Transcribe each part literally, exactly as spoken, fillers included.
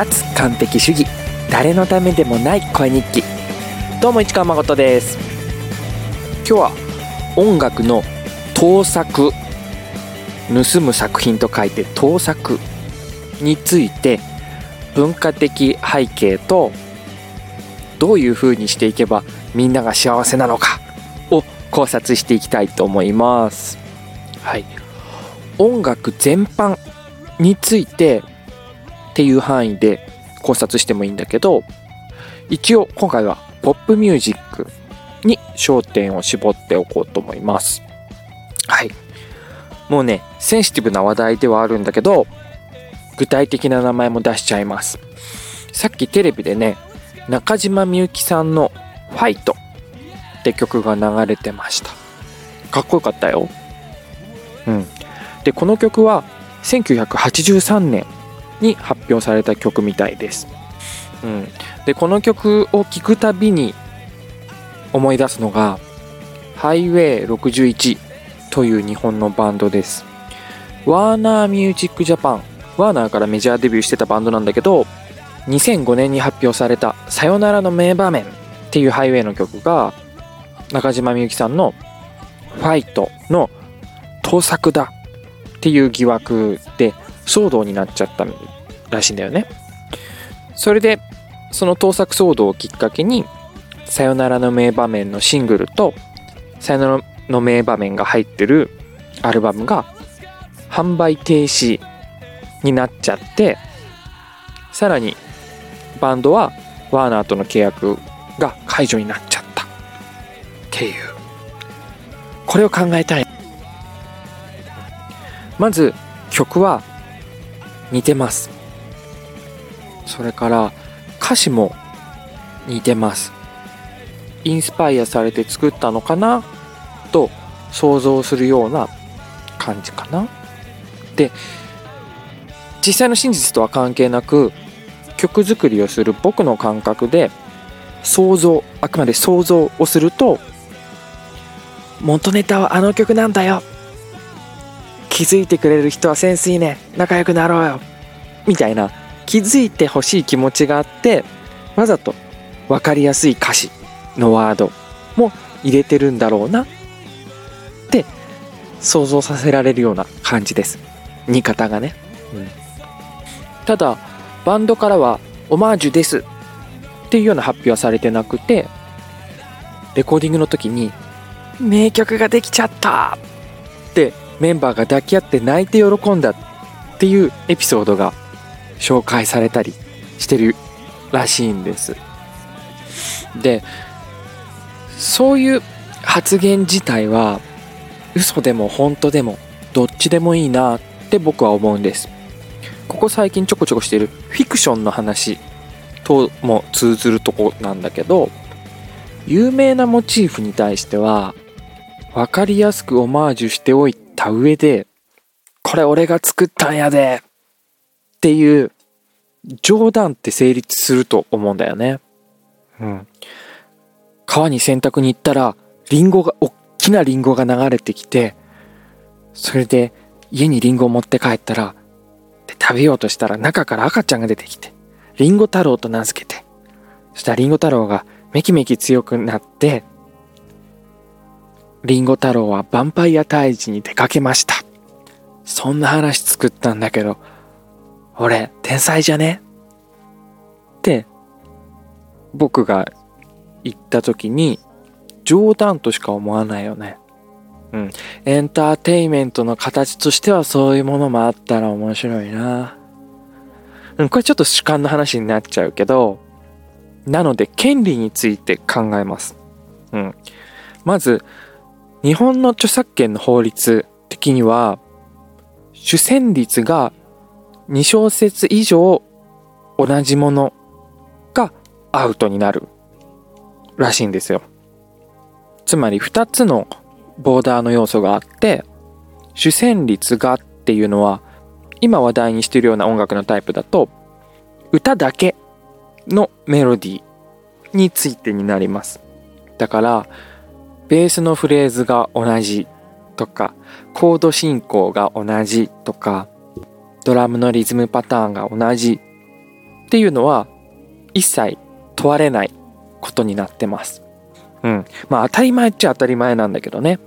脱完璧主義、誰のためでもない声日記。どうも市川誠です。今日は音楽の盗作、盗む作品と書いて盗作について、文化的背景とどういう風にしていけばみんなが幸せなのかを考察していきたいと思います。はい、音楽全般についてっていう範囲で考察してもいいんだけど、一応今回はポップミュージックに焦点を絞っておこうと思います。はい、もうねセンシティブな話題ではあるんだけど、具体的な名前も出しちゃいます。さっきテレビでね、中島みゆきさんのファイトって曲が流れてました。かっこよかったよ。うん。で、この曲はせんきゅうひゃくはちじゅうさんねんに発表された曲みたいです。うん。で、この曲を聴くたびに思い出すのがハイウェイろくじゅういちという日本のバンドです。ワーナーミュージックジャパン、ワーナーからメジャーデビューしてたバンドなんだけど、にせんごねんに発表されたさよならの名場面っていうハイウェイの曲が中島みゆきさんのファイトの盗作だっていう疑惑で騒動になっちゃったらしいんだよね。それでその盗作騒動をきっかけにさよならの名場面のシングルとさよならの名場面が入ってるアルバムが販売停止になっちゃって、さらにバンドはワーナーとの契約が解除になっちゃったっていう、これを考えたい。まず曲は似てます。それから歌詞も似てます。インスパイアされて作ったのかなと想像するような感じかな。で、実際の真実とは関係なく曲作りをする僕の感覚で想像、あくまで想像をすると、元ネタはあの曲なんだよ、気づいてくれる人はセンスいいね、仲良くなろうよみたいな、気づいてほしい気持ちがあって、わざと分かりやすい歌詞のワードも入れてるんだろうなって想像させられるような感じです、似方がね。うん、ただバンドからはオマージュですっていうような発表はされてなくて、レコーディングの時に名曲ができちゃったってメンバーが抱き合って泣いて喜んだっていうエピソードが紹介されたりしてるらしいんです。で、そういう発言自体は嘘でも本当でもどっちでもいいなって僕は思うんです。ここ最近ちょこちょこしているフィクションの話とも通ずるとこなんだけど、有名なモチーフに対しては分かりやすくオマージュしておいた上で、これ俺が作ったんやでっていう冗談って成立すると思うんだよね。うん。川に洗濯に行ったらリンゴが、おっきなリンゴが流れてきて、それで家にリンゴを持って帰ったら、で食べようとしたら中から赤ちゃんが出てきて、リンゴ太郎と名付けて、そしたらリンゴ太郎がめきめき強くなって、リンゴ太郎はヴァンパイア退治に出かけました。そんな話作ったんだけど、俺天才じゃねって僕が言った時に冗談としか思わないよね。うん。エンターテインメントの形としてはそういうものもあったら面白いな。うん、これちょっと主観の話になっちゃうけど、なので権利について考えます。うん。まず日本の著作権の法律的には主旋律がに小節以上同じものがアウトになるらしいんですよ。つまりふたつのボーダーの要素があって、主旋律がっていうのは今話題にしているような音楽のタイプだと歌だけのメロディーについてになります。だからベースのフレーズが同じとか、コード進行が同じとか、ドラムのリズムパターンが同じっていうのは一切問われないことになってます。うん。まあ当たり前っちゃ当たり前なんだけどね。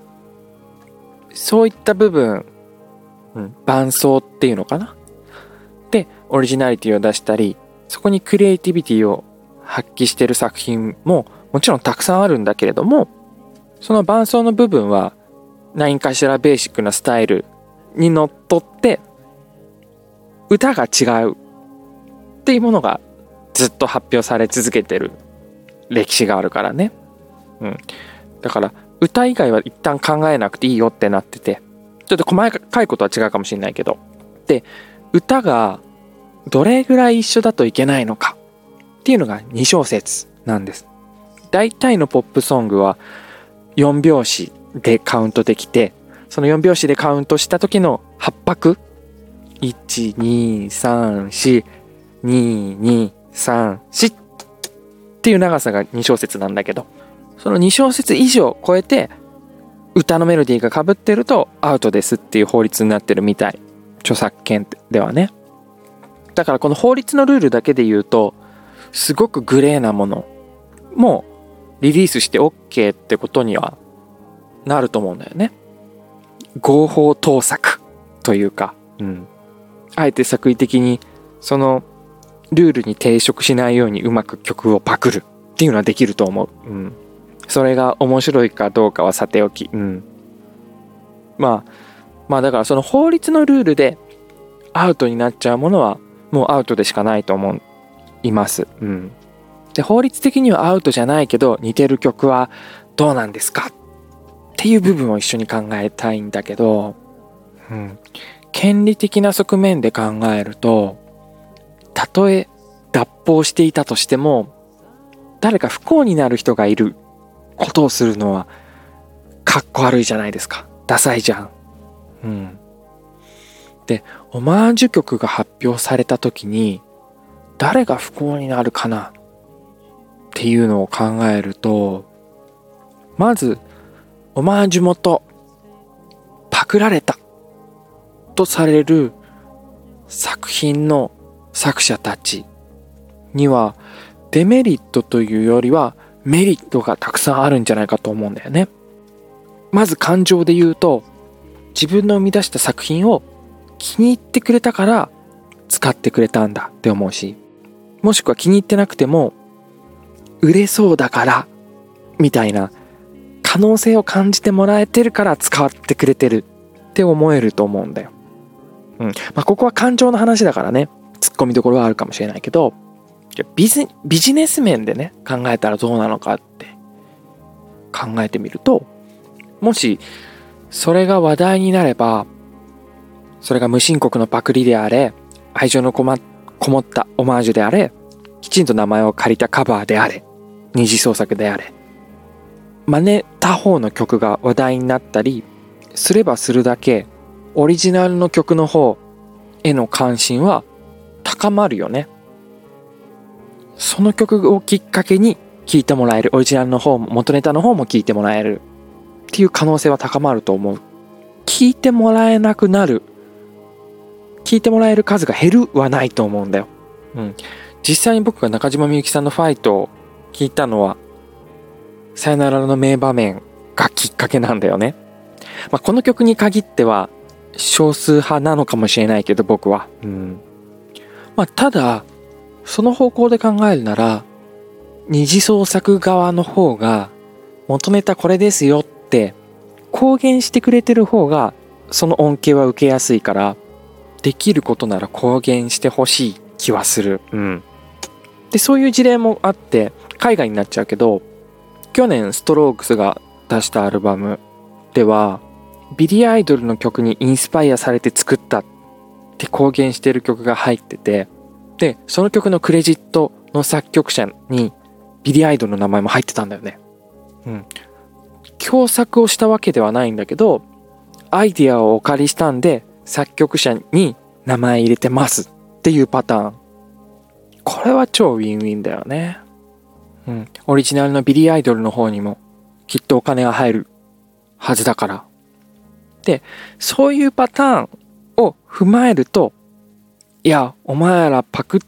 そういった部分、うん、伴奏っていうのかな。で、オリジナリティを出したり、そこにクリエイティビティを発揮している作品ももちろんたくさんあるんだけれども、その伴奏の部分は何かしらベーシックなスタイルにのっとって歌が違うっていうものがずっと発表され続けてる歴史があるからね。うん。だから歌以外は一旦考えなくていいよってなってて、ちょっと細かいことは違うかもしれないけど、で、歌がどれぐらい一緒だといけないのかっていうのがに小節なんです。大体のポップソングはよん拍子でカウントできて、そのよん拍子でカウントした時のはち拍、いち、に、さん、よん、に、に、さん、よんっていう長さがに小節なんだけど、そのに小節以上超えて歌のメロディーが被ってるとアウトですっていう法律になってるみたい。著作権ではね。だからこの法律のルールだけで言うと、すごくグレーなものもリリースして OK ってことにはなると思うんだよね。合法盗作というか、うん。あえて作為的にそのルールに抵触しないようにうまく曲をパクるっていうのはできると思う。うん。それが面白いかどうかはさておき。うん。まあ、まあだからその法律のルールでアウトになっちゃうものはもうアウトでしかないと思います。うん。で、法律的にはアウトじゃないけど似てる曲はどうなんですかっていう部分を一緒に考えたいんだけど、うん。権利的な側面で考えると、たとえ脱法していたとしても、誰か不幸になる人がいることをするのはかっこ悪いじゃないですか。ダサいじゃん。うん。で、オマージュ曲が発表された時に誰が不幸になるかなっていうのを考えると、まずオマージュ元パクられたとされる作品の作者たちにはデメリットというよりはメリットがたくさんあるんじゃないかと思うんだよね。まず感情で言うと、自分の生み出した作品を気に入ってくれたから使ってくれたんだって思うし、もしくは気に入ってなくても売れそうだからみたいな可能性を感じてもらえてるから使ってくれてるって思えると思うんだよ。うん。まあここは感情の話だからね、突っ込みどころはあるかもしれないけど、ビジ、ビジネス面でね考えたらどうなのかって考えてみると、もしそれが話題になれば、それが無申告のパクリであれ、愛情のこま、こもったオマージュであれ、きちんと名前を借りたカバーであれ、二次創作であれ、真似た方の曲が話題になったりすればするだけ、オリジナルの曲の方への関心は高まるよね。その曲をきっかけに聴いてもらえる、オリジナルの方も元ネタの方も聴いてもらえるっていう可能性は高まると思う。聴いてもらえなくなる、聴いてもらえる数が減るはないと思うんだよ。うん。実際に僕が中島みゆきさんのファイトを聞いたのは、さよならの名場面がきっかけなんだよね。まあ、この曲に限っては少数派なのかもしれないけど僕は。うん。まあ、ただ、その方向で考えるなら、二次創作側の方が元ネタこれですよって公言してくれてる方がその恩恵は受けやすいから、できることなら公言してほしい気はする。うん。で、そういう事例もあって海外になっちゃうけど、去年ストロークスが出したアルバムではビリー・アイドルの曲にインスパイアされて作ったって公言してる曲が入ってて、で、その曲のクレジットの作曲者にビリー・アイドルの名前も入ってたんだよね。うん。共作をしたわけではないんだけど、アイディアをお借りしたんで作曲者に名前入れてますっていうパターン。これは超ウィンウィンだよね。うん。オリジナルのビリー・アイドルの方にもきっとお金が入るはずだから。で、そういうパターンを踏まえると、いや、お前らパクっ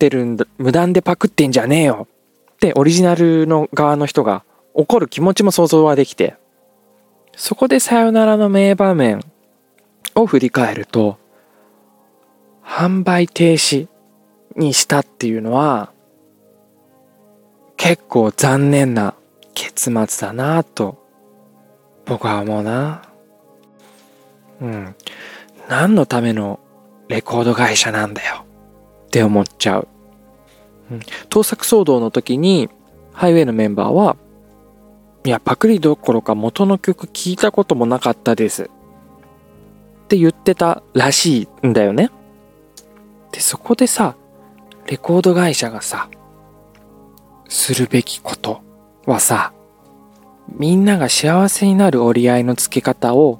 ってるんだ、無断でパクってんじゃねえよってオリジナルの側の人が怒る気持ちも想像はできて、そこでさよならの名場面を振り返ると、販売停止にしたっていうのは結構残念な結末だなと僕は思うな。うん。何のためのレコード会社なんだよって思っちゃう。うん、盗作騒動の時にハイウェイのメンバーは、いやパクリどころか元の曲聞いたこともなかったですって言ってたらしいんだよね。でそこでさ、レコード会社がさするべきことはさ、みんなが幸せになる折り合いのつけ方を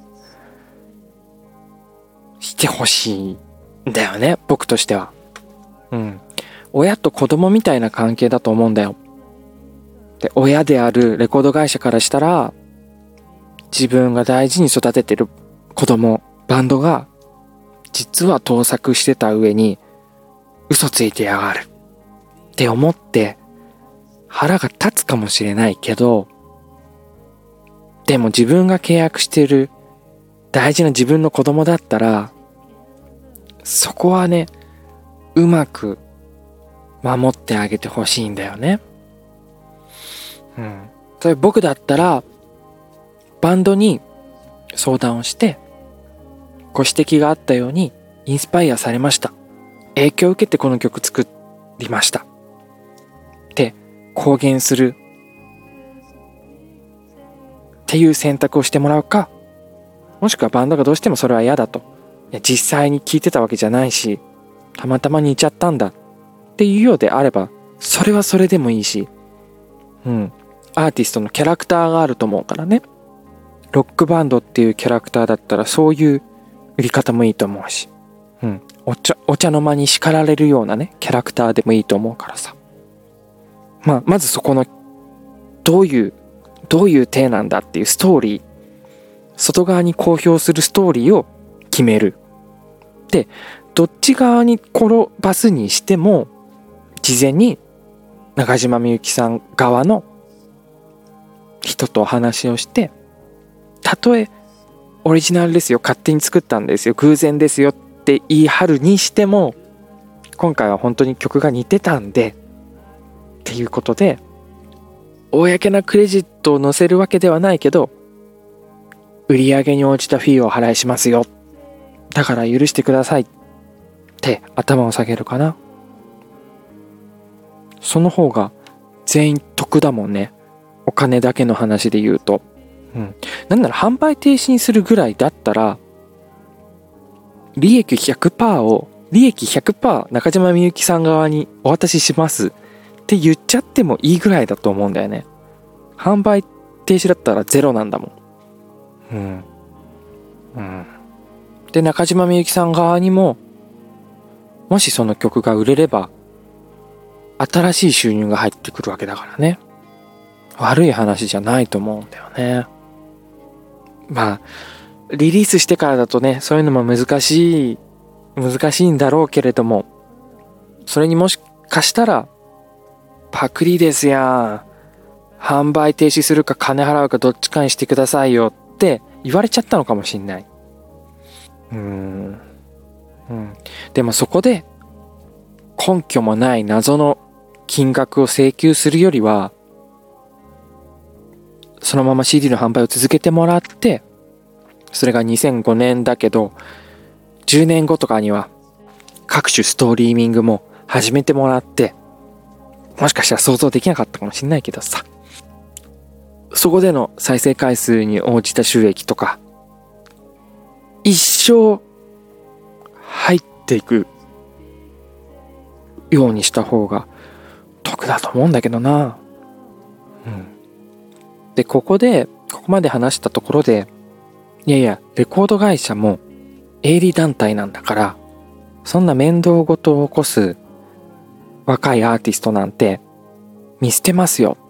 してほしいんだよね、僕としては。うん。親と子供みたいな関係だと思うんだよ。で、親であるレコード会社からしたら、自分が大事に育ててる子供、バンドが実は盗作してた上に嘘ついてやがるって思って腹が立つかもしれないけど、でも自分が契約してる大事な自分の子供だったら、そこはね、うまく守ってあげてほしいんだよね。うん。それ僕だったらバンドに相談をして、ご指摘があったようにインスパイアされました。影響を受けてこの曲作りました。って公言するっていう選択をしてもらうか、もしくはバンドがどうしてもそれは嫌だと、いや実際に聴いてたわけじゃないし、たまたま似ちゃったんだっていうようであれば、それはそれでもいいし、うん、アーティストのキャラクターがあると思うからね。ロックバンドっていうキャラクターだったらそういう売り方もいいと思うし、うん、お茶、お茶の間に叱られるようなねキャラクターでもいいと思うからさ。まあまずそこのどういうどういう体なんだっていうストーリー、外側に公表するストーリーを決める。で、どっち側に転ばすにしても事前に中島みゆきさん側の人とお話をして、たとえオリジナルですよ、勝手に作ったんですよ、偶然ですよって言い張るにしても、今回は本当に曲が似てたんでっていうことで、公なクレジットを載せるわけではないけど、売り上げに応じたフィーを払いしますよ、だから許してくださいって頭を下げるかな。その方が全員得だもんね、お金だけの話で言うと。うん、なんなら販売停止にするぐらいだったら、利益 ひゃくパーセント を利益 ひゃくパーセント 中島みゆきさん側にお渡ししますって言っちゃってもいいぐらいだと思うんだよね。販売停止だったらゼロなんだもん。うんうんで、中島みゆきさん側にも、もしその曲が売れれば新しい収入が入ってくるわけだからね。悪い話じゃないと思うんだよね。まあリリースしてからだとね、そういうのも難しい難しいんだろうけれども、それにもしかしたらパクリですやん、販売停止するか金払うかどっちかにしてくださいよって言われちゃったのかもしんない。うーん、うん、でもそこで根拠もない謎の金額を請求するよりは、そのまま シーディー の販売を続けてもらって、それがにせんごねんだけどじゅうねんごとかには各種ストーリーミングも始めてもらって、もしかしたら想像できなかったかもしれないけどさ、そこでの再生回数に応じた収益とか一生入っていくようにした方が得だと思うんだけどな。うん。で、ここでここまで話したところで、いやいや、レコード会社も営利団体なんだから、そんな面倒ごとを起こす若いアーティストなんて見捨てますよ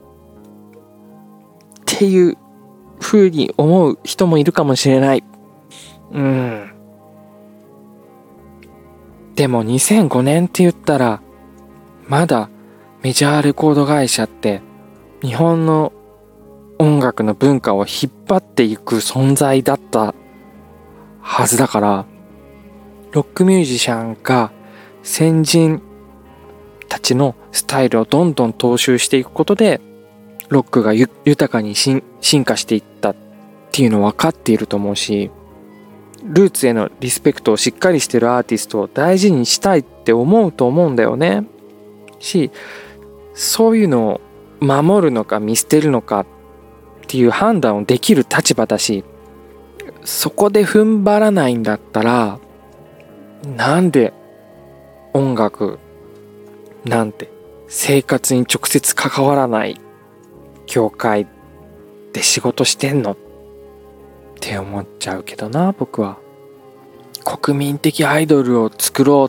っていう風に思う人もいるかもしれない。うん。でもにせんごねんって言ったらまだメジャーレコード会社って日本の音楽の文化を引っ張っていく存在だったはずだから、ロックミュージシャンが先人たちのスタイルをどんどん踏襲していくことでロックがゆ豊かに進化していったっていうの分かっていると思うし、ルーツへのリスペクトをしっかりしてるアーティストを大事にしたいって思うと思うんだよね。し、そういうのを守るのか見捨てるのかっていう判断をできる立場だし、そこで踏ん張らないんだったら、なんで音楽なんて生活に直接関わらない業界で仕事してんのって思っちゃうけどな、僕は。国民的アイドルを作ろう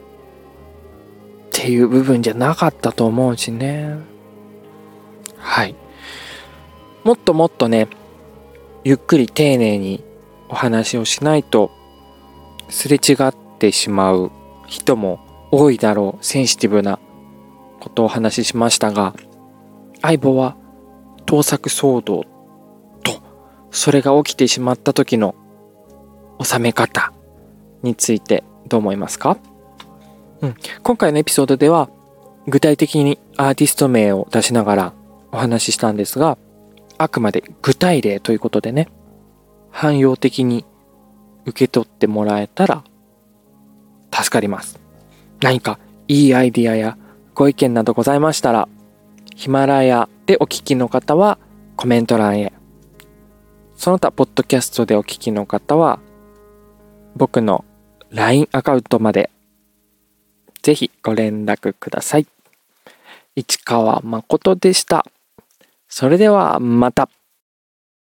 っていう部分じゃなかったと思うしね。はい。もっともっとね、ゆっくり丁寧にお話をしないとすれ違ってしまう人も多いだろう。センシティブなことをお話ししましたが、相棒は盗作騒動とそれが起きてしまった時の収め方についてどう思いますか？うん、今回のエピソードでは具体的にアーティスト名を出しながらお話ししたんですが、あくまで具体例ということでね、汎用的に受け取ってもらえたら助かります。何かいいアイディアやご意見などございましたら、ヒマラヤでお聞きの方はコメント欄へ、その他ポッドキャストでお聞きの方は僕の ライン アカウントまでぜひご連絡ください。市川誠でした。それではまた。